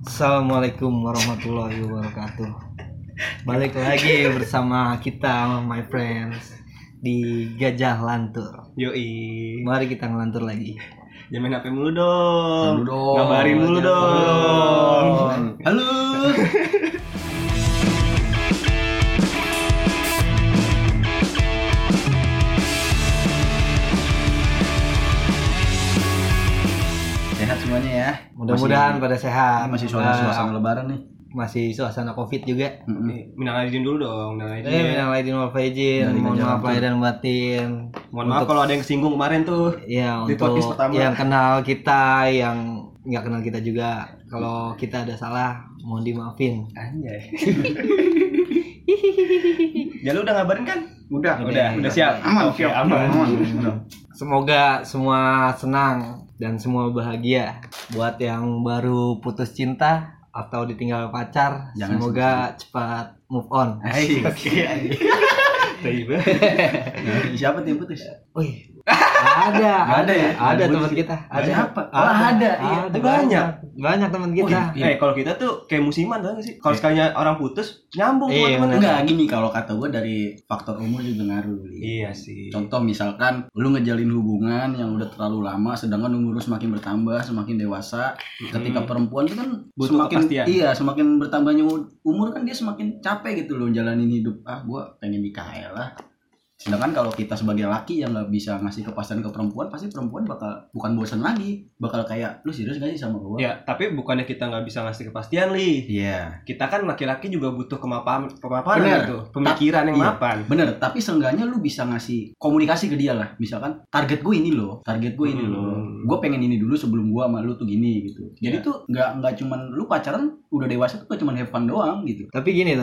Assalamualaikum warahmatullahi wabarakatuh. Balik lagi bersama kita, my friends, di Gajah Lantur. Yoi. Mari kita ngelantur lagi. Jangan main HP mulu dong. Ngabarin mulu dong. Halo. Sehat semuanya ya. Mudah-mudahan pada sehat. Masih suasana lebaran nih. Masih suasana Covid juga. Minal aidin dulu dong. Minal aidin wal faizin. Mohon maaf lahir dan batin. Mohon maaf kalau ada yang kesinggung kemarin tuh. Ya, di untuk podcast pertama. yang kenal kita, yang nggak kenal kita juga. Kalau kita ada salah, mohon dimaafin. Anjay. Ya lu udah ngabarin kan? Udah siap. Oke, aman. Semoga semua senang dan semua bahagia. Buat yang baru putus cinta atau ditinggal pacar, Jangan semoga cepat move on. Oke. Siapa tuh yang putus? Wih, ada ya? Ada teman kita. Ada apa? Ada. Iya, Iya, banyak teman kita. Kalau kita tuh kayak musiman tau gak sih? Kalau sekalinya orang putus nyambung Iya, teman-teman. Enggak gini, kalau kata gue dari faktor umur juga ngaruh. Iya sih. Contoh misalkan lu ngejalin hubungan yang udah terlalu lama, sedangkan umur lu semakin bertambah, semakin dewasa. Ketika perempuan itu kan butuh semakin kepastian. Iya, semakin bertambahnya umur kan dia semakin capek gitu loh jalanin hidup. Gua pengen nikah ya lah. Sedangkan kalau kita sebagai laki yang nggak bisa ngasih kepastian ke perempuan, pasti perempuan bukan bosan lagi, bakal kayak lu serius gak sih sama gua? Ya, tapi bukannya kita nggak bisa ngasih kepastian, Li. Iya. Kita kan laki-laki juga butuh kemapanan Bener. gitu, pemikiran yang Iya. mapan. Bener, tapi seenggaknya lu bisa ngasih komunikasi ke dia lah. Misalkan target gue ini loh, gue pengen ini dulu sebelum gue sama lu tuh gini gitu. Jadi tuh nggak cuman lu pacaran udah dewasa tuh cuman have fun doang gitu. Tapi gini.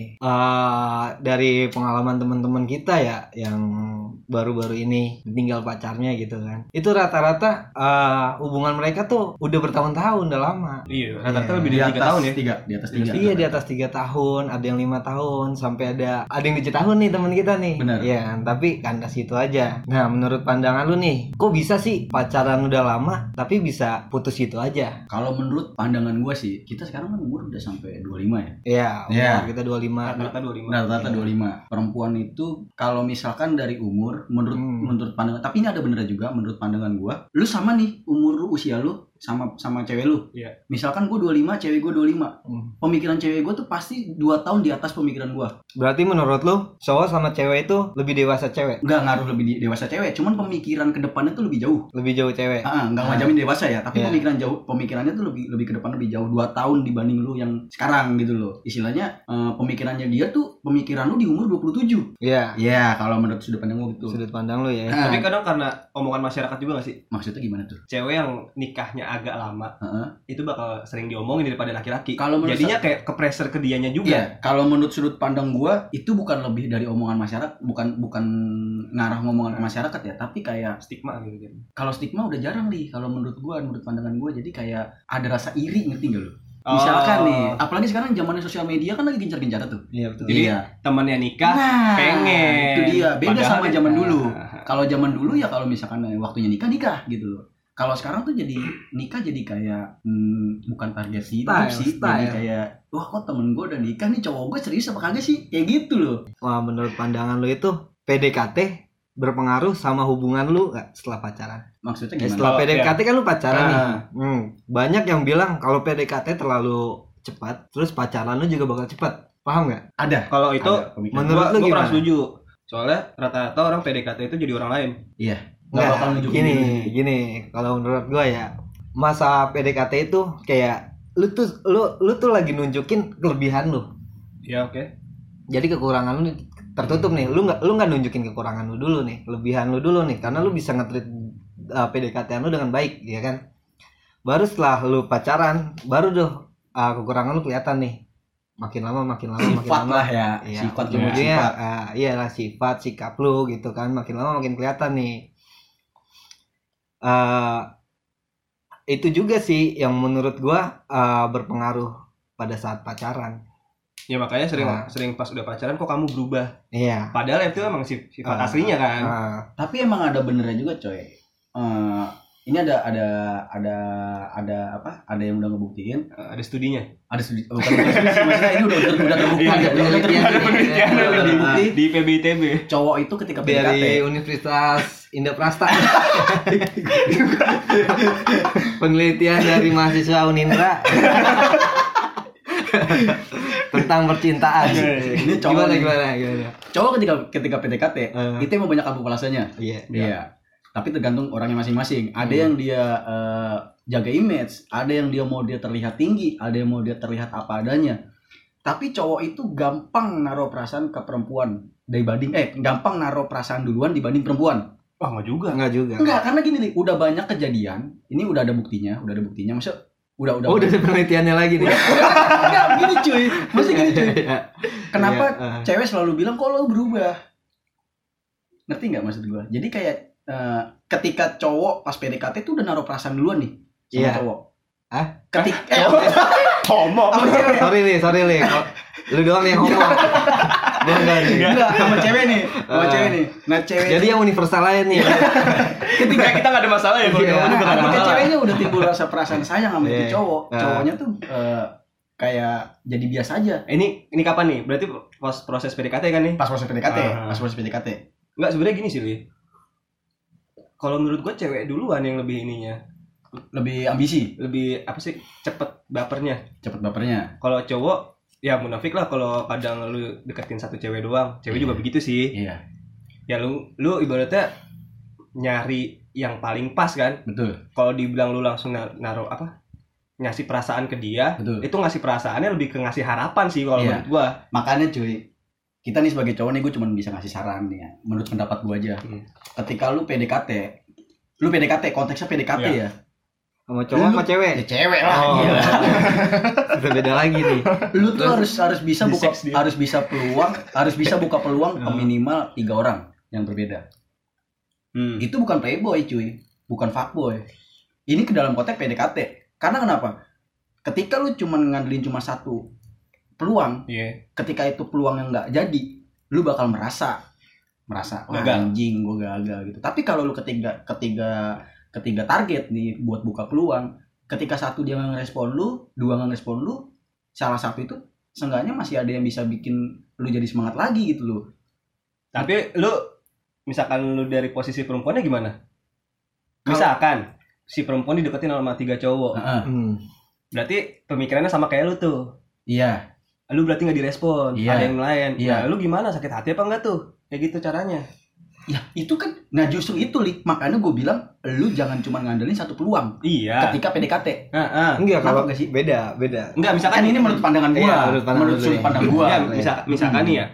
Dari pengalaman teman-teman kita ya, yang baru-baru ini ditinggal pacarnya gitu kan. Itu rata-rata hubungan mereka tuh udah bertahun-tahun, udah lama. Iya, rata-rata lebih Di dari 3 tahun ya. Di atas 3. Iya, di atas 3 tahun, ada yang 5 tahun, sampai ada yang 7 tahun nih teman kita nih. Benar. Iya, tapi kandas itu aja. Nah, menurut pandangan lu nih, kok bisa sih pacaran udah lama tapi bisa putus itu aja? Kalau menurut pandangan gue sih, kita sekarang kan umur udah sampai 25 ya. Iya, umur Iya. kita 25. Rata-rata 25. Rata-rata 25. Perempuan itu kalau misalkan dari umur menurut pandangan, tapi ini ada benernya juga menurut pandangan gua. Lu sama nih umur lu, usia lu sama cewek lu. Iya. Misalkan gua 25, cewek gua 25. Pemikiran cewek gua tuh pasti 2 tahun di atas pemikiran gua. Berarti menurut lu cowok sama cewek itu lebih dewasa cewek? Enggak ngaruh lebih dewasa cewek, cuman pemikiran ke depannya tuh lebih jauh. Lebih jauh cewek. Enggak ngajamin dewasa ya, tapi Iya. pemikirannya tuh lebih ke depan, lebih jauh 2 tahun dibanding lu yang sekarang gitu loh. Istilahnya pemikirannya dia tuh pemikiran lu di umur 27. Iya. Iya, kalau menurut sudut pandang gua gitu. Sudut pandang lu ya. Tapi kadang karena omongan masyarakat juga gak sih? Maksudnya gimana tuh? Cewek yang nikahnya agak lama itu bakal sering diomongin daripada laki-laki. Kalau menurut jadinya kayak ke pressure ke dianya juga. Iya, kalau menurut sudut pandang gua itu bukan lebih dari omongan masyarakat, bukan ngarah ngomongan ke masyarakat ya, tapi kayak Stigma gitu. kalau stigma udah jarang nih kalau menurut gua, menurut pandangan gua, jadi kayak ada rasa iri, ngerti gak lu? Oh. Misalkan nih, apalagi sekarang zamannya sosial media kan lagi gencar-gencar tuh. Iya, betul. Jadi Iya. temannya nikah, Nah, pengen. itu dia. Beda Padahal sama zaman nah. dulu. Kalau zaman dulu ya kalau misalkan waktunya nikah gitu loh. Kalau sekarang tuh jadi nikah jadi kayak bukan target hidup sih, jadi kayak wah kok temen gue udah nikah nih, cowok gue serius apa kagak sih, kayak gitu loh. Wah, menurut pandangan lu itu PDKT berpengaruh sama hubungan lu gak setelah pacaran? Maksudnya Ya, gimana? setelah PDKT kan lu pacaran nih. Ah. Banyak yang bilang kalau PDKT terlalu cepat, terus pacaran lu juga bakal cepat. Paham gak? Ada. Kalau itu Ada pemikiran. menurut lu gua gimana? kurang setuju. Soalnya rata-rata orang PDKT itu jadi orang lain. Iya. Nggak, bakal nunjukin diri. gini. Kalau menurut gua ya, masa PDKT itu kayak lu tuh lagi nunjukin kelebihan lu. Ya oke. Jadi kekurangan lu tertutup nih. Lu nggak nunjukin kekurangan lu dulu nih, kelebihan lu dulu nih, karena lu bisa nge-treat PDKT lu dengan baik, ya kan? Baru setelah lu pacaran, baru tuh kekurangan lu kelihatan nih. Makin lama Sifat lah ya. Iya, Sifat ujung-ujungnya sifat. iyalah sifat, sikap lu gitu kan, makin lama makin kelihatan nih. Itu juga sih yang menurut gua berpengaruh pada saat pacaran. Ya makanya sering pas udah pacaran kok kamu berubah. Iya. Padahal itu emang sifat aslinya kan. Tapi emang ada benernya juga coy. ini ada apa? Ada yang udah ngebuktiin. Ada studinya. Ada studi. Bukan studi, maksudnya ini udah terbukti. Ada penelitian Terbukti di PBITB. cowok itu ketika Dari PDKT. Universitas Indoprasta. Penelitian dari mahasiswa Unindra tentang percintaan. Ini cowok Gimana? Cowok ketika PDKT itu emang banyak kalkulasinya. Iya. Tapi tergantung orangnya masing-masing. Ada yang dia jaga image, ada yang dia mau dia terlihat tinggi, ada yang mau dia terlihat apa adanya. Tapi cowok itu gampang naruh perasaan ke perempuan gampang naruh perasaan duluan dibanding perempuan. Wah, enggak juga. Enggak, karena gini nih, udah banyak kejadian. Ini udah ada buktinya. Maksudnya udah Oh, udah ada penelitiannya lagi nih. Enggak, gini cuy. Mesti gini cuy. Kenapa Iya, cewek selalu bilang kok lo berubah? Ngerti nggak maksud gua? Jadi kayak ketika cowok pas PDKT tuh udah naruh perasaan duluan nih sama Iya. cowok. Hah? Homo. Sorry nih. Lu doang yang ngomong. Gua enggak nih. Enggak, sama cewek nih. Nah, cewek Jadi yang universal aja nih. Ketika kita enggak ada masalah ya kalau Iya. ngomong enggak ada ketika masalah. ceweknya udah timbul rasa perasaan sayang sama itu Iya. cowok. Cowoknya tuh kayak jadi biasa aja. Ini kapan nih? Berarti pas proses PDKT kan nih? Pas proses PDKT. Enggak, sebenarnya gini sih, Li. Kalau menurut gua cewek duluan yang lebih ininya, Lebih ambisi, lebih apa sih? Cepet bapernya. cepet bapernya. Kalau cowok ya munafik lah kalau kadang lu deketin satu cewek doang. Cewek juga begitu sih. Iya, Ya lu ibaratnya nyari yang paling pas kan. betul. Kalau dibilang lu langsung naruh apa? Ngasih perasaan ke dia, Betul. itu ngasih perasaannya lebih ke ngasih harapan sih kalau Iya. menurut gua. Makanya cuy, kita nih sebagai cowok nih gue cuma bisa ngasih saran nih ya, menurut pendapat gue aja. Ketika lu PDKT, konteksnya PDKT Iya. ya. Sama cowok sama cewek. Ya cewek lah. Oh. Gila. Udah beda lagi nih. Lu tuh harus bisa Di buka seks dia. harus bisa buka peluang ke minimal 3 orang yang berbeda. Itu bukan playboy cuy, bukan fuckboy. Ini ke dalam konteks PDKT. Karena kenapa? Ketika lu ngandelin cuma satu peluang, Iya. ketika itu peluang yang nggak jadi, lu bakal merasa wah, Gagal. anjing gue gagal gitu. Tapi kalau lu ketiga target nih buat buka peluang, ketika satu dia nggak ngerespon lu, dua nggak ngerespon lu, salah satu itu seenggaknya masih ada yang bisa bikin lu jadi semangat lagi gitu loh. Tapi lu misalkan lu dari posisi perempuannya gimana? Misalkan si perempuan dideketin sama 3 cowok. Berarti pemikirannya sama kayak lu tuh. Iya. Lu berarti nggak direspon, Iya. ada yang lain. Iya. Nah, lu gimana? Sakit hati apa enggak tuh? Kayak gitu caranya. Ya itu kan, nah justru itu Li, makanya gue bilang lu jangan cuma ngandelin satu peluang Iya. ketika PDKT. Enggak, Kenapa kalau nggak sih? beda. Enggak, misalkan Kan ini menurut pandangan gua, Iya, menurut sudut pandang gua. Enggak, misalkan nih ya.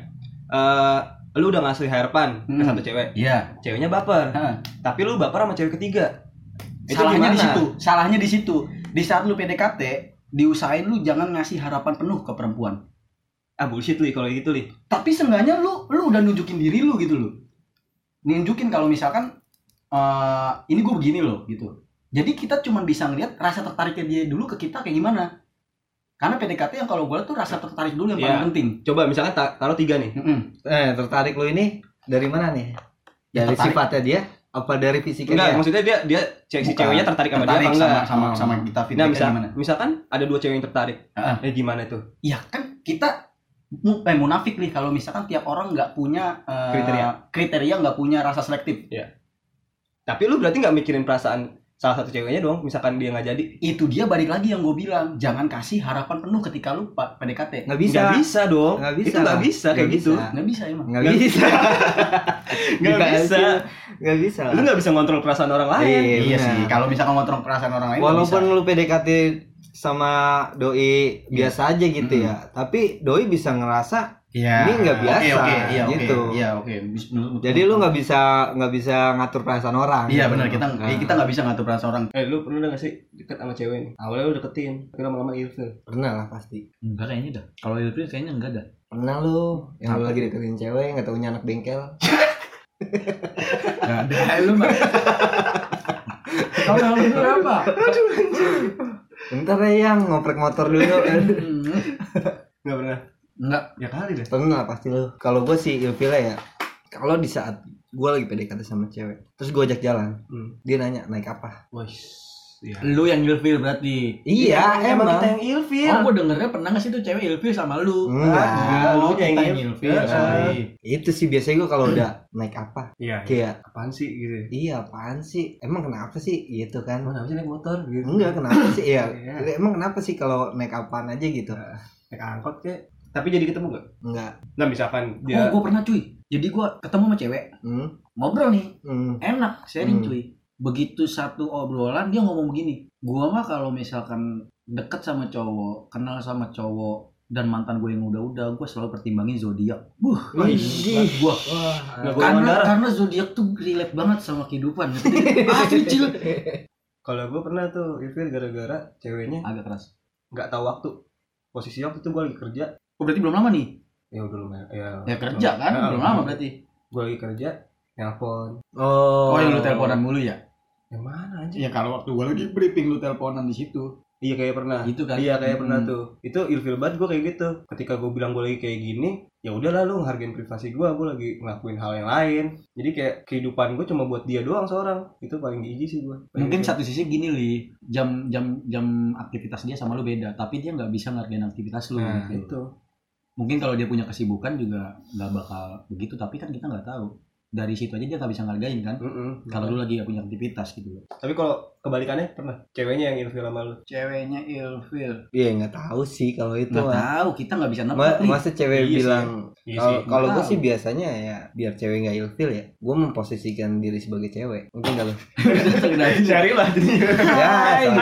Lu udah ngasih harapan ke satu cewek. Iya. Ceweknya baper. Heeh. Tapi lu baper sama cewek ketiga. Itu Salahnya gimana? di situ. Di saat lu PDKT, diusahain lu jangan ngasih harapan penuh ke perempuan. Ah, bullshit Li kalau gitu Li. Tapi seenggaknya lu udah nunjukin diri lu gitu loh. Nunjukin kalau misalkan ini gue begini loh gitu. Jadi kita cuma bisa ngeliat rasa tertariknya dia dulu ke kita kayak gimana. Karena PDKT yang kalau gue liat tuh rasa tertarik dulu yang paling Iya. penting. Coba misalkan taruh 3 nih. Tertarik lu ini dari mana nih? Ya, Dari tertarik. sifatnya dia apa dari fisiknya Enggak, dia? maksudnya dia si Bukan. ceweknya tertarik sama dia apa enggak? sama kita Nah, feedbacknya gimana? misalkan ada 2 cewek yang tertarik. Heeh. Gimana tuh? Ya kan kita munafik nih kalau misalkan tiap orang nggak punya kriteria nggak punya rasa selektif. Tapi lu berarti nggak mikirin perasaan salah satu ceweknya dong, misalkan dia nggak jadi. Itu dia balik lagi yang gue bilang, jangan kasih harapan penuh ketika lu PDKT. Nggak bisa. Nggak bisa dong. Nggak bisa Itu nggak lah. bisa kayak Nggak gitu. bisa. Nggak bisa emang. Nggak bisa. Nggak bisa. Nggak bisa. Lu nggak bisa ngontrol perasaan orang lain. Iya benar. sih. Kalau misalkan ngontrol perasaan orang lain nggak Walaupun bisa. lu PDKT sama doi biasa aja gitu Mm-mm. ya, tapi doi bisa ngerasa Iya. ini nggak biasa, Iya, gitu. Iya, oke. jadi lu nggak bisa ngatur perasaan orang. Iya gitu. benar, kita Nah, kita nggak bisa ngatur perasaan orang. Lu pernah nggak sih deket sama cewek nih? Awalnya lu deketin, tapi lama-lama ilfil. pernah lah pasti. Enggak kayaknya dah. Kalau ilfil kayaknya enggak dah. Pernah lu yang lu Apa? lagi deketin cewek nggak taunya anak bengkel. Nggak ada lu mah. Kalau itu apa? Bentar ya yang ngoprek motor dulu. Nggak pernah. Enggak. Ya kali deh. Pernah pasti lu. Kalau gue sih ilfilnya ya, kalau di saat gue lagi PDKT sama cewek, terus gue ajak jalan, dia nanya naik apa? Iya. Lu yang ilfil berarti. Iya, emang kita yang ilfil. Oh, gue dengernya pernah nggak sih tuh cewek ilfil sama lu? Enggak. Lu yang kita yang ilfil. Sorry. Itu sih biasanya gue kalau udah naik apa, Iya. kayak Apaan sih gitu? iya apaan sih, emang kenapa sih gitu kan? Kenapa sih naik motor gitu? Enggak, kenapa sih? Iya. Iya. Emang kenapa sih kalau naik apaan aja gitu? Naik angkot kayak. Tapi jadi ketemu nggak? Enggak. Nah misalkan Oh, dia. gue pernah cuy. Jadi gue ketemu sama cewek, ngobrol nih, enak, sharing cuy. Begitu satu obrolan dia ngomong begini, gua mah kalau misalkan deket sama cowok, kenal sama cowok dan mantan gue yang udah gua selalu pertimbangin zodiak. Gua. Karena zodiak tuh relate banget sama kehidupan. Asli cil. Kalau gue pernah tuh ilfil gara-gara ceweknya Agak keras. nggak tahu waktu. Posisi waktu itu gue lagi kerja. Oh, berarti belum lama nih? Ya udah lumayan. Ya kerja kan, belum lama berarti. Gue lagi kerja, nelpon. Oh, yang lu teleponan mulu ya? Yang mana aja? Ya kalau waktu gua lagi briefing lu teleponan di situ. Iya kayak pernah. Gitu kan? Iya kayak pernah tuh. Itu ilfil banget gue kayak gitu. Ketika gue bilang gue lagi kayak gini, ya udahlah lu hargain privasi gue lagi ngelakuin hal yang lain. Jadi kayak kehidupan gue cuma buat dia doang seorang. Itu paling jijik sih gue. Mungkin satu sisi gini li, jam aktivitas dia sama lu beda, tapi dia nggak bisa ngargain aktivitas lu. Nah, gitu. itu. Mungkin kalau dia punya kesibukan juga nggak bakal begitu, tapi kan kita nggak tahu. Dari situ aja dia nggak bisa ngargain kan? Kalau lu lagi nggak punya aktivitas gitu. Tapi kalau kebalikannya pernah ceweknya yang ilfil sama lu. Ceweknya ilfil. Iya nggak tahu sih kalau itu. Nggak tahu, kita nggak bisa nebak nih. Masa cewek Iya bilang Iya sih. kalau gue Tahu. sih biasanya ya biar cewek nggak ilfil ya, gue memposisikan diri sebagai cewek. Mungkin kalau Cari lah jadinya. ya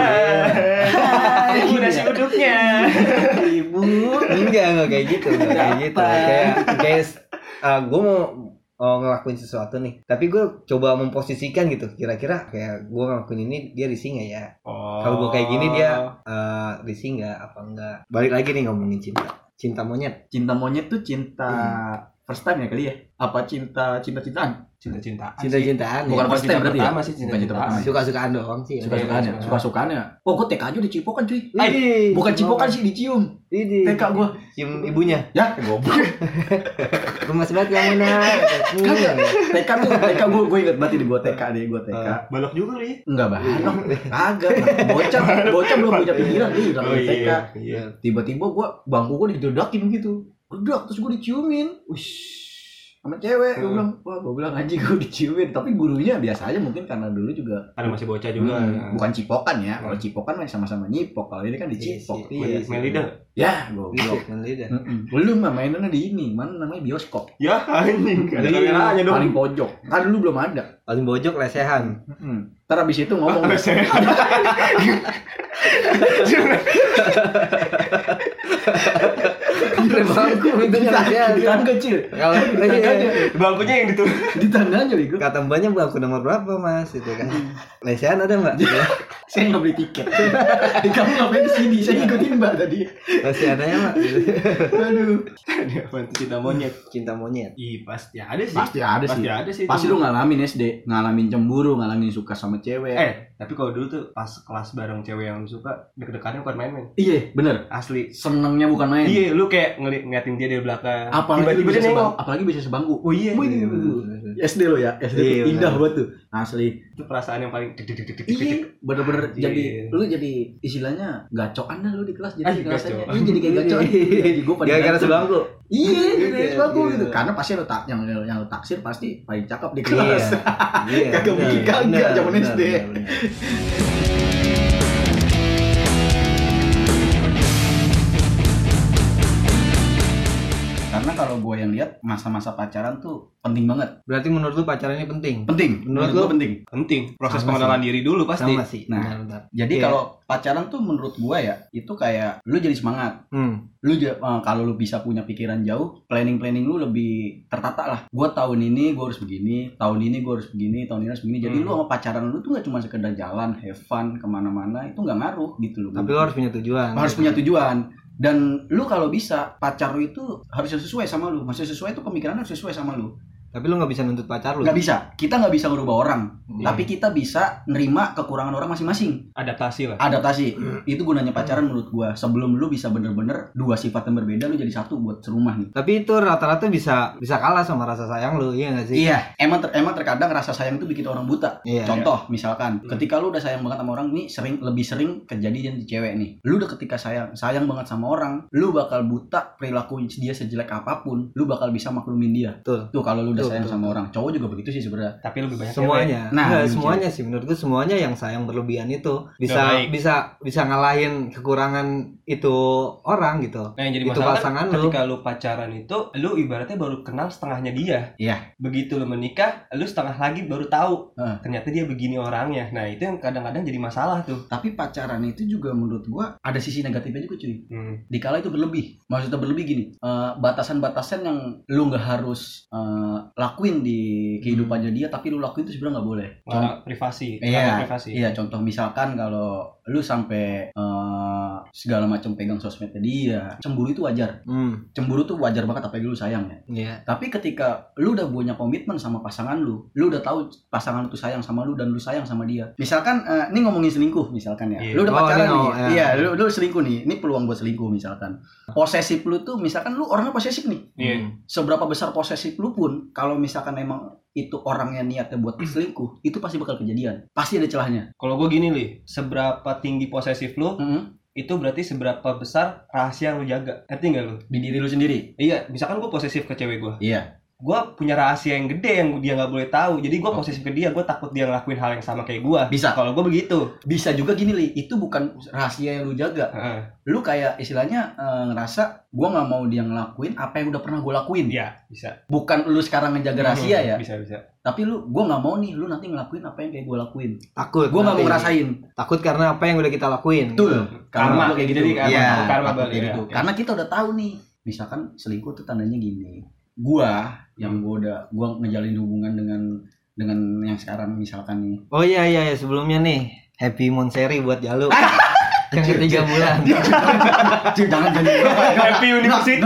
Ibu nasi uduknya. Ibu. enggak kayak gitu, enggak kayak gitu. Kayak gue mau ngelakuin sesuatu nih, tapi gue coba memposisikan gitu, kira-kira kayak gue ngelakuin ini dia risih nggak ya? Kalau gue kayak gini dia risih nggak apa enggak? Balik lagi nih ngomongin cinta monyet. Cinta monyet tuh cinta first time ya kali ya? Apa cintaan? Cinta-cintaan Bukan ya. first time berarti ya? Pertama sih Bukan cinta pertama. Suka-sukaan doang sih. Suka-sukaan ya? Suka-sukaan ya? Oh, gue TK aja udah cipokan cuy. Idih. Bukan cipokan sih, dicium. Idih. TK gue. Cium ibunya. Ya, goblok. Gemas banget kamu nak. TK gue inget banget di gue TK deh, gue TK. Balok juga lu ya. Enggak balok. Kagak. Bocah belum punya pikiran nih udah TK. Iya. Tiba-tiba gue bangku gue didedakin gitu. Gedak terus gue diciumin. Wish. Sama cewek gue bilang anjing gue diciumin, tapi gurunya biasa aja mungkin karena dulu juga Karena masih bocah juga. bukan cipokan ya. Kalau cipokan masih sama-sama nyipok, kalau ini kan dicipok. Iya sih. Main lidah. Ya, goblok. Belum mah mainannya di ini, mana namanya bioskop. Ya anjing. Ada kameranya dong. Paling pojok. Kan dulu belum ada. Paling bojok lesehan. Ntar abis itu ngomong. Bangku pintunya lesehan. Di tangga cil. Kalau Bangkunya yang diturun. Di tangganya bego. kata mbaknya bangku nomor berapa mas itu kan? Lesehan ada mbak? Saya nggak beli tiket. Kamu ngapain di sini? Saya ikutin mbak tadi. Lesehan aja mbak. Aduh. Ada apa tuh cinta monyet? Cinta monyet. Ih pasti ada sih. Pasti ada sih. Pasti ada sih. Pasti lu ngalamin SD, ngalamin cemburu, ngalamin suka sama cewek. Tapi kalau dulu tuh pas kelas bareng cewek yang lu suka, deg-degannya bukan main-main. Iya, bener. Asli. Senengnya bukan main. Iya, lu kayak ngeliatin dia dari belakang. Apalagi tiba-tiba bisa dia nengok. apalagi bisa sebangku. Oh iya. SD lo ya, SD Iya, tuh indah bener. banget tuh. Asli. Itu perasaan yang paling deg-deg. Iya, bener-bener Iya. jadi lu jadi istilahnya gacokan dah lu di kelas jadi gacoan. kelasnya. Lu jadi kayak gacoan. Jadi gua pada Gara-gara gacor. sebangku. Iya, dari sebangku Iya. gitu. Karena pasti lu yang lu taksir pasti paling cakep di Iya. kelas. Iya. Kagak bener, bikin kagak bener, zaman bener, SD. bener, bener. Karena kalau gue yang lihat masa-masa pacaran tuh penting banget. Berarti menurut lu pacaran ini penting? Penting. Menurut gua lu? penting. Penting. Proses Sama pengenalan diri dulu pasti. Sama sih. Nah, benar-benar. Jadi Iya. kalau pacaran tuh menurut gue ya itu kayak lu jadi semangat. Lu kalau lu bisa punya pikiran jauh, planning lu lebih tertata lah. Gue tahun ini gue harus begini, tahun ini gue harus begini, tahun ini harus begini. Jadi lu sama pacaran lu tuh nggak cuma sekedar jalan, have fun kemana-mana, itu nggak ngaruh gitu loh. Tapi lu harus punya tujuan. Harus punya tujuan. Dan lu kalau bisa pacar lu itu harus sesuai sama lu. Maksudnya sesuai itu pemikiran harus sesuai sama lu. Tapi lu nggak bisa nuntut pacar lu. Nggak bisa. Kita nggak bisa merubah orang. Iya. Tapi kita bisa nerima kekurangan orang masing-masing. Adaptasi lah. Adaptasi. Itu gunanya pacaran menurut gua. Sebelum lu bisa bener-bener dua sifat yang berbeda, lu jadi satu buat serumah nih. Tapi itu rata-rata bisa kalah sama rasa sayang lu, iya nggak sih? Iya, emang terkadang rasa sayang itu bikin orang buta. Iya. Contoh, misalkan, ketika lu udah sayang banget sama orang nih, lebih sering kejadian di cewek nih. Lu udah ketika sayang banget sama orang, lu bakal buta perilaku dia sejelek apapun, lu bakal bisa maklumin dia. Betul. Tuh kalau lu udah Betul, sayang betul, sama betul. orang, cowok juga begitu sih sebenarnya. Tapi lebih banyak Semuanya. Nah, Nggak, lebih semuanya sih menurut gue semuanya yang sayang berlebihan itu Nggak bisa ngalahin kekurangan itu orang gitu. Nah yang jadi Itu masalah pasangan kan lu. ketika lu pacaran itu lu ibaratnya baru kenal setengahnya dia. Iya. Begitu lu menikah, lu setengah lagi baru tahu ternyata dia begini orangnya. Nah itu yang kadang-kadang jadi masalah tuh. Tapi pacaran itu juga menurut gua ada sisi negatifnya juga cuy. Dikala itu berlebih. Maksudnya berlebih gini, batasan-batasan yang lu nggak harus lakuin di kehidupannya dia, tapi lu lakuin itu sebenarnya nggak boleh. Nggak privasi. Iya, Privasi. iya. Contoh misalkan kalau lu sampai segala macam pegang sosmednya dia, cemburu itu wajar. Cemburu tuh wajar banget, apalagi lu sayang ya. Iya. Tapi ketika lu udah punya komitmen sama pasangan lu udah tahu pasangan lu tuh sayang sama lu dan lu sayang sama dia. Misalkan ini ngomongin selingkuh misalkan ya. Iya. Lu udah pacaran nih. ya. Iya, lu selingkuh nih. Ini peluang buat selingkuh misalkan. Posesif lu tuh misalkan lu orangnya posesif nih. Iya. Seberapa besar posesif lu pun kalau misalkan emang itu orangnya niatnya buat selingkuh, itu pasti bakal kejadian. Pasti ada celahnya. Kalau gue gini Li, seberapa tinggi posesif lu, itu berarti seberapa besar rahasia yang lu jaga. Ngerti nggak lu? Di diri lu sendiri. Iya, misalkan gue posesif ke cewek gue. Iya. Gue punya rahasia yang gede yang dia nggak boleh tahu. Jadi gue posesif ke dia, gue takut dia ngelakuin hal yang sama kayak gue. Bisa. Kalau gue begitu. Bisa juga gini Li, itu bukan rahasia yang lu jaga. Lu kayak istilahnya ngerasa gue nggak mau dia ngelakuin apa yang udah pernah gue lakuin. Iya, bisa. Bukan lu sekarang ngejaga rahasia ya. Bisa. Tapi gue nggak mau nih lu nanti ngelakuin apa yang kayak gue lakuin. Takut. Gue nggak mau nanti. ngerasain. Takut karena apa yang udah kita lakuin. Betul. Karma. Gua kayak gitu. Jadi karma. Iya, Karma takut balik, kayak ya. gitu. Oke. Karena kita udah tahu nih. Misalkan selingkuh tuh tandanya gini. Gua ngejalin hubungan dengan yang sekarang misalkan nih. Oh iya sebelumnya nih Happy Monseri buat Jalu. Yang 3 bulan. Cil, jangan jadi Happy University.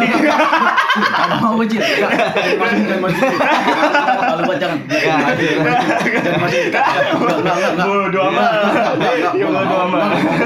Kalau mau kecil. Jangan masuk. Kalau buat jangan. Jangan masuk. Enggak. Bodo amat. Ya bodo amat.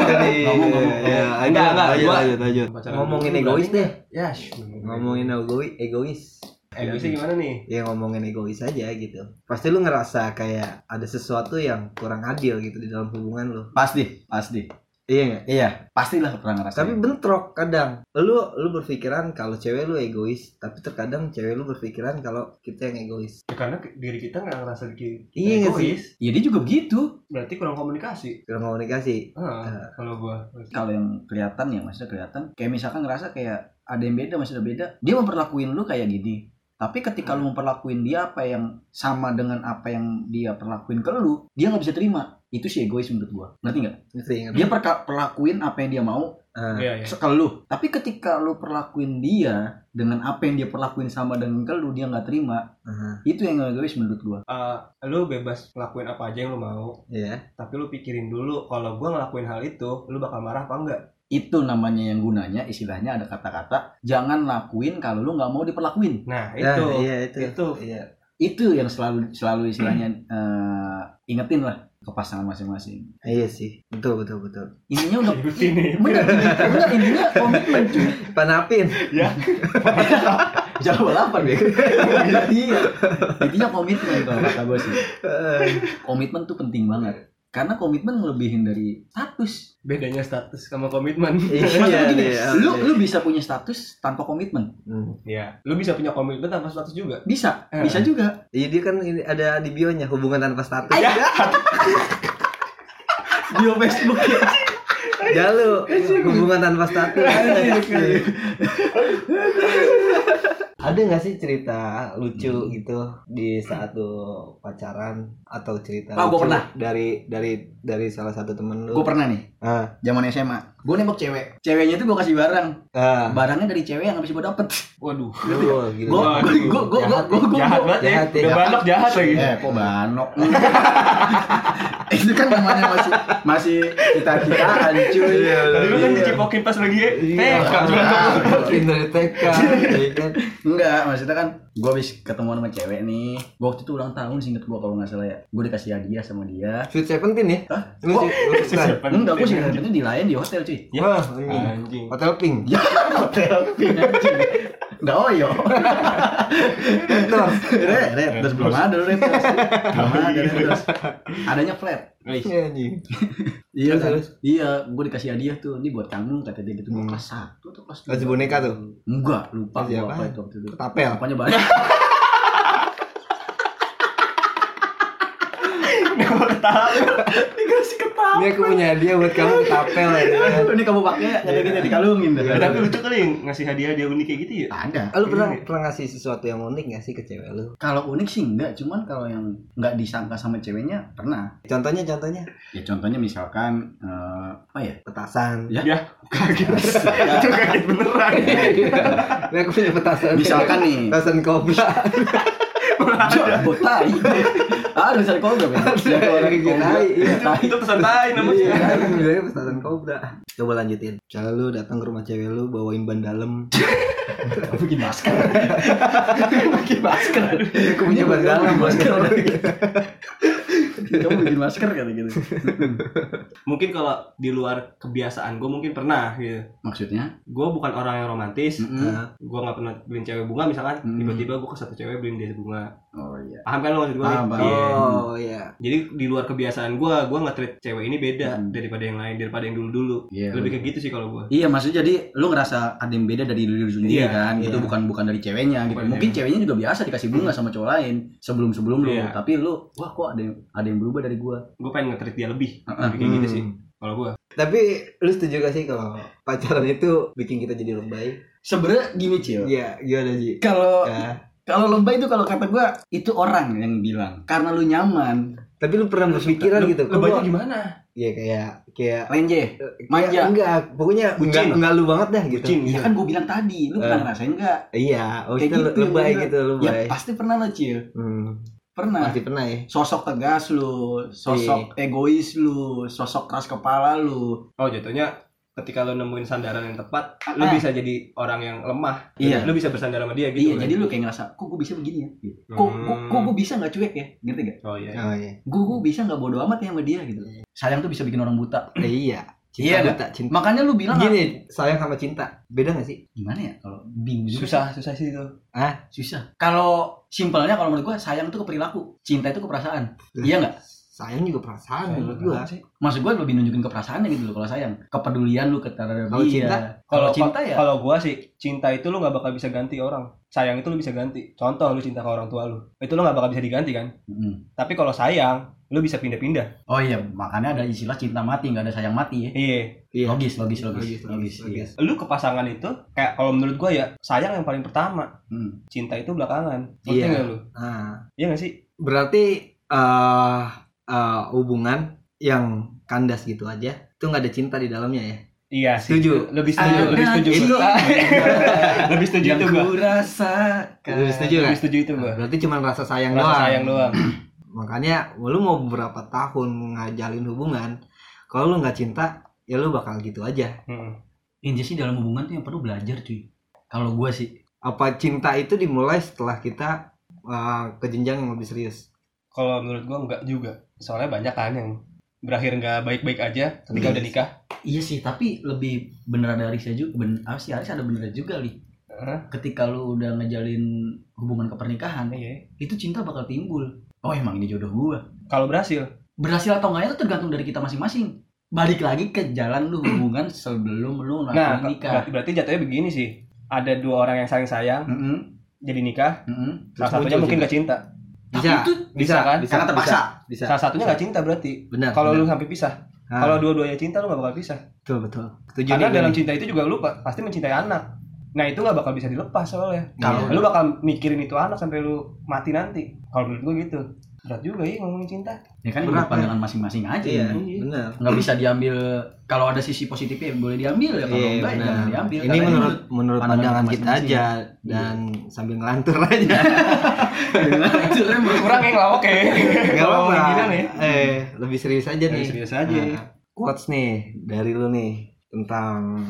Enggak. Gua- Lanjut. Pacaran Ngomongin dulu, egois berarti deh. Ya, Ngomongin egois. egoisnya gimana nih? Ya ngomongin egois aja gitu. Pasti lu ngerasa kayak ada sesuatu yang kurang adil gitu di dalam hubungan lu. Pasti. Iya nggak? Iya, pastilah pernah ngerasain. Tapi bentrok kadang. Lu berpikiran kalau cewek lu egois, tapi terkadang cewek lu berpikiran kalau kita yang egois. Ya, karena diri kita nggak ngerasa kita Iya nggak sih? egois. ya dia juga begitu. Berarti kurang komunikasi. Kurang komunikasi. Kalau gua. Kalau yang kelihatan ya, maksudnya kelihatan kayak misalkan ngerasa kayak ada yang beda, maksudnya beda. Dia memperlakuin lu kayak gini. Tapi ketika lu memperlakuin dia apa yang sama dengan apa yang dia perlakuin ke lu, dia nggak bisa terima. Itu sih egois menurut gua. Ngerti nggak? Ngerti. Dia perlakuin apa yang dia mau Iya. ke lu. Tapi ketika lu perlakuin dia dengan apa yang dia perlakuin sama dengan ke lu, dia nggak terima. Itu yang egois menurut gua. Lu bebas ngelakuin apa aja yang lu mau. Iya. Tapi lu pikirin dulu kalau gua ngelakuin hal itu, lu bakal marah apa enggak? Itu namanya yang gunanya, istilahnya ada kata-kata jangan lakuin kalau lu nggak mau diperlakuin. Nah, Iya, itu. Itu. Iya. Itu yang selalu istilahnya ingetin lah ke pasangan masing-masing. Iya sih. Betul. Intinya udah Ini. bener, intinya komitmen cuy. Panapin. Ya. Jangan balapan ya. Iya. Intinya komitmen kalau kata gue sih. Komitmen tuh penting banget. Karena komitmen ngelebihin dari status. Bedanya status sama komitmen. Maksudnya gini, iya. lu bisa punya status tanpa komitmen. Iya. Lu bisa punya komitmen tanpa status juga. Bisa juga. Iya dia kan ini ada di bionya hubungan tanpa status. Bio Facebook ya. Jalu hubungan tanpa status. Ada nggak sih cerita lucu gitu di saat lu pacaran atau cerita Gua lucu pernah. dari salah satu temen lu? Gue pernah nih, zaman SMA. Gue nembak cewek. Ceweknya itu gue kasih barang. Barangnya dari cewek yang habis gue dapet. Waduh. Gila. Gue Jahat banget ya. Jahat ya. Udah banok jahat lagi. kok banok. Itu kan namanya masih cita-citaan cuy. Tadi lu kan dicipokin pas lagi TK. Pindah dari TK. Iya kan? Enggak, maksudnya kan Gue habis ketemu sama cewek nih. Gue waktu itu ulang tahun sih, inget gue kalau nggak salah ya. Gue dikasih hadiah sama dia. Sweet Seventeen ya? Hah? Lu suka? Enggak, gue sih itu di lain di hotel cuy. Wah, Anjing. Hotel Pink. Ya hotel pink anjing. Nggak oyo. Terus belum ada terus. Belum ada terus. Adanya flat. Iya anjing. Iya kan? Terus? Iya, gue dikasih hadiah tuh. Ini buat kamu kata dia gitu. Gue kelas 1 atau kelas 2. Kasih boneka tuh. Enggak, lupa Kasih gue apa? apa itu waktu itu. Ketapel. Apanya banyak. Dikasih ketawa. Ini aku punya hadiah buat kamu ketapel ya. Ini kamu pakai kata kita dikalungin dah. Tapi lucu kali ngasih hadiah unik kayak gitu ya. Ada. Lu pernah ngasih sesuatu yang unik gak sih ke cewek lu? Kalau unik sih enggak, cuman kalau yang enggak disangka sama ceweknya pernah. Contohnya Ya contohnya misalkan apa ya? petasan. Ya. Ya, kaget. Itu kaget beneran. Ini aku punya petasan. Misalkan nih. Petasan kobra. Jauh tai. Ada misalnya kobra men. Orang gigi tai. Itu pesan tai namanya. Iya, bilangnya petasan kobra. Coba lanjutin. Misalnya lu datang ke rumah cewek lu bawain ban dalam. Bikin masker. Bikin masker. Aku punya ban dalam masker. Kamu bikin masker kata gitu. Mungkin kalau di luar kebiasaan gue mungkin pernah gitu. Maksudnya? Gue bukan orang yang romantis. Mm-mm. Gue nggak pernah beliin cewek bunga misalkan. Tiba-tiba gue ke satu cewek beliin dia bunga. Oh iya. Paham kan lo maksud gue? Paham, paham. Iya. Oh iya. Jadi di luar kebiasaan gue nge-treat cewek ini beda daripada yang lain, daripada yang dulu-dulu. Iya, Lebih bener. kayak gitu sih kalau gue. Iya, maksudnya jadi lu ngerasa ada yang beda dari diri lu sendiri Iya, kan, gitu iya. bukan dari ceweknya gitu. Bukan Mungkin cewek. ceweknya juga biasa dikasih bunga sama cowok lain sebelum lu, Iya. tapi lu wah kok ada yang berubah dari gua. Gue pengen nge-treat dia lebih. Heeh. Lebih kayak gitu sih. Kalau gue. Tapi lu setuju gak sih kalau pacaran itu bikin kita jadi lebay? Sebenarnya gini, Cil. Iya, gimana Ji? Kalau Ya. kalau lebay itu kalau kata gua itu orang yang bilang karena lu nyaman. Tapi lu pernah berpikiran gitu? kok Lebaynya gua- gimana? Iya kayak Lenje. Manja. Enggak, pokoknya Bucin. enggak lu banget dah gitu. Bucin. Ya kan gua bilang tadi, lu pernah ngerasain enggak? Iya, oh Kayak itu gitu, lebay yang gitu, bilang. Ya lebay. pasti pernah lah, Cil. Pernah. Pasti pernah ya. Sosok tegas lu, sosok egois lu, sosok keras kepala lu. Oh jatuhnya ketika lo nemuin sandaran yang tepat, Ah. lo bisa jadi orang yang lemah. Iya. Lo bisa bersandar sama dia gitu. Iya, kan? jadi lu kayak ngerasa, kok gue bisa begini ya? Kok gue bisa nggak cuek ya? Ngerti gak? Oh iya. Oh iya. Gue bisa nggak bodo amat ya sama dia gitu. Sayang tuh bisa bikin orang buta. Iya. Iya, Cinta buta, cinta. Makanya lu bilang Gini, sayang sama cinta. Beda gak sih? gimana ya kalau bingung juga. Susah sih itu. Susah. Kalau simpelnya kalau menurut gue sayang itu ke perilaku, cinta itu ke perasaan. Iya nggak? Sayang juga perasaan menurut gua. Maksud gue lebih nunjukin ke perasaannya gitu loh kalau sayang. Kepedulian lu ke terhadap Kalau dia. cinta? Kalau cinta ya. Kalau gua sih cinta itu lo nggak bakal bisa ganti orang. Sayang itu lo bisa ganti. Contoh lo cinta ke orang tua lo, itu lo nggak bakal bisa diganti kan. Tapi kalau sayang lo bisa pindah-pindah. Oh iya, makanya ada istilah cinta mati, nggak ada sayang mati ya. Iya. Iya. Logis. Logis. Iya. Lu ke pasangan itu kayak kalau menurut gua ya sayang yang paling pertama. Cinta itu belakangan. Ngerti Iya. nggak lu? Nah, Iya nggak sih? berarti hubungan yang kandas gitu aja itu nggak ada cinta di dalamnya ya. Iya sih. Setuju. Lebih setuju. Ada Lebih setuju. itu. Lebih setuju Yang itu gua. ku rasakan. Lu setuju nggak? Lebih setuju itu gua. Berarti cuma rasa sayang Rasa doang. sayang doang. Makanya lu mau berapa tahun ngajalin hubungan, kalau lu nggak cinta, ya lu bakal gitu aja. Intinya sih dalam hubungan tuh yang perlu belajar cuy. Kalau gue sih. Apa cinta itu dimulai setelah kita ke jenjang yang lebih serius? Kalau menurut gua enggak juga. Soalnya banyak kan yang berakhir nggak baik-baik aja ketika udah nikah. Iya sih, tapi lebih bener ada Arisnya juga. Aris ada bener juga li. Ketika lu udah ngejalin hubungan ke pernikahan, Iya. itu cinta bakal timbul. Oh emang ini jodoh gua. Kalau berhasil. Berhasil atau enggaknya itu tergantung dari kita masing-masing. Balik lagi ke jalan lu hubungan sebelum lu Nah, nikah. berarti jatuhnya begini sih. Ada dua orang yang saling sayang, jadi nikah. Salah satunya mungkin nggak cinta. Bisa, Bisa kan? Karena terpaksa. Bisa. Salah satunya nggak cinta berarti. Benar. Kalau benar. lu sampai pisah. Ah, Kalau dua-duanya cinta lu nggak bakal pisah. betul. Setuju Karena nih, dalam nih. cinta itu juga lu pasti mencintai anak. Nah itu nggak bakal bisa dilepas soalnya. Kalau Lu bakal mikirin itu anak sampai lu mati nanti. Kalau menurut gue gitu. Berat juga ya ngomongin cinta. Ya kan Berat, menurut pandangan masing-masing aja. Iya, ini. benar. Nggak bisa diambil. Kalau ada sisi positifnya boleh diambil ya. Kalau Iya, enggak ya benar. jangan diambil. Ini Karena menurut pandangan pandangan kita masing-masing. aja dan sambil ngelantur aja. itu emang Kurang yang ngelawak ya. Gak apa-apa. Gila nih. Lebih serius aja nih. Serius aja. Nah, quotes nih dari lu nih tentang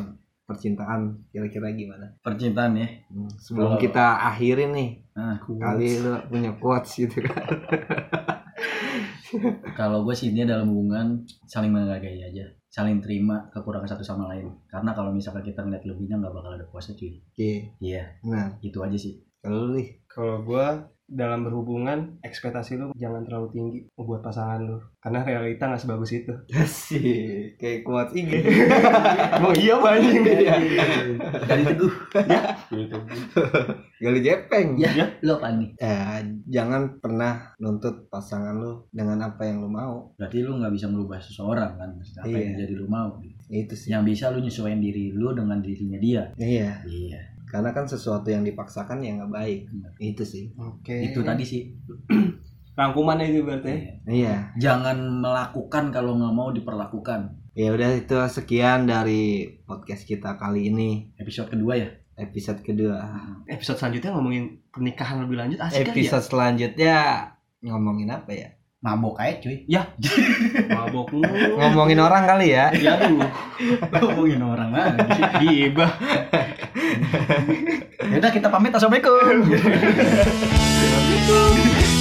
percintaan kira-kira gimana? Percintaan ya. Sebelum Kalau- kita akhirin nih, Nah, kali lu punya quotes gitu kan. kalau gue sih dia dalam hubungan saling menghargai aja, saling terima kekurangan satu sama lain. Karena kalau misalkan kita ngeliat lebihnya nggak bakal ada puasnya cuy. Oke. Iya, Nah, itu aja sih. kalau lu nih, Kalau gue dalam berhubungan, ekspektasi lu jangan terlalu tinggi buat pasangan lu, karena realita nggak sebagus itu. asik kayak quotes IG. Emang iya banyak Dari Teguh. gitu. Gali Gepeng. Ya, lo apa nih? Jangan pernah nuntut pasangan lu dengan apa yang lu mau. Berarti lu nggak bisa merubah seseorang kan? Maksudnya apa Iya. yang jadi lu mau? Itu sih. Yang bisa lu nyesuaiin diri lu dengan dirinya dia. Iya, Iya. karena kan sesuatu yang dipaksakan ya nggak baik. Itu sih. Oke. Itu tadi sih. Rangkumannya itu berarti. Iya. Jangan melakukan kalau nggak mau diperlakukan. Ya udah itu sekian dari podcast kita kali ini, Episode kedua ya. episode kedua. Episode selanjutnya ngomongin pernikahan lebih lanjut, asik Episode selanjutnya ngomongin apa ya? Mabok aja cuy. kali ya. Mabok mulu. Ngomongin orang kali ya. Ya aduh. Ngomongin orang lagi. Gibah. Yaudah kita pamit. Assalamualaikum. Assalamualaikum.